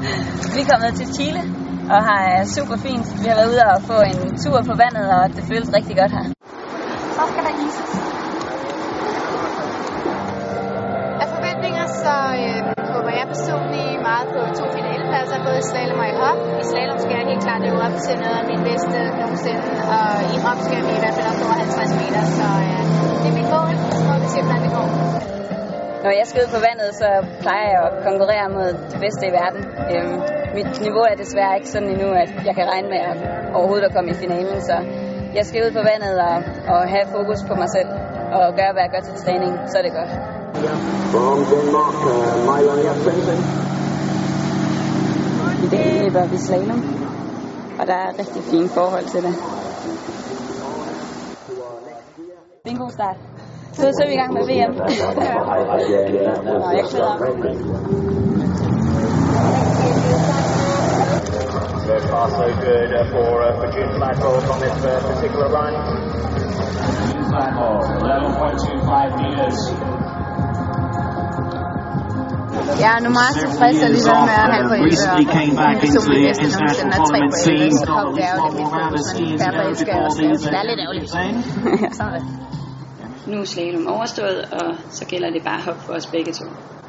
Vi er kommet til Chile og har super fint. Vi har været ude og få en tur på vandet, og det føles rigtig godt her. Så skal der ises. Af forventninger så håber jeg personligt meget på 2 finalepladser, både i slalom og i hop. I slalom skal jeg helt klart leve op til noget af min bedste nogensinde, og i hop skal vi i hvert fald op over 50 meter, så det er mit mål. Så må vi se, hvordan det går. Når jeg skal ud på vandet, så plejer jeg at konkurrere mod det bedste i verden. Mit niveau er desværre ikke sådan endnu, at jeg kan regne med at overhovedet at komme i finalen, så jeg skal ud på vandet og have fokus på mig selv og gøre, hvad jeg gør til træning, så er det godt. I dag løber vi slalom, og der er rigtig fine forhold til det. Det er en god start. Så er vi i gang med VM. Nå, jeg klæder op. So far so good for June Flaghold on this particular run. June Flaghold, 11.25 meters. Jeg er nu meget tilfreds alligevel med at have på min personlige bedste nogensinde af 3 på 11, så hop det er jo lidt fokus, men derfor elsker jeg også det. Det er lidt ærgerligt. Sådan det. Nu er slalom overstået, og så gælder det bare hop for os begge to.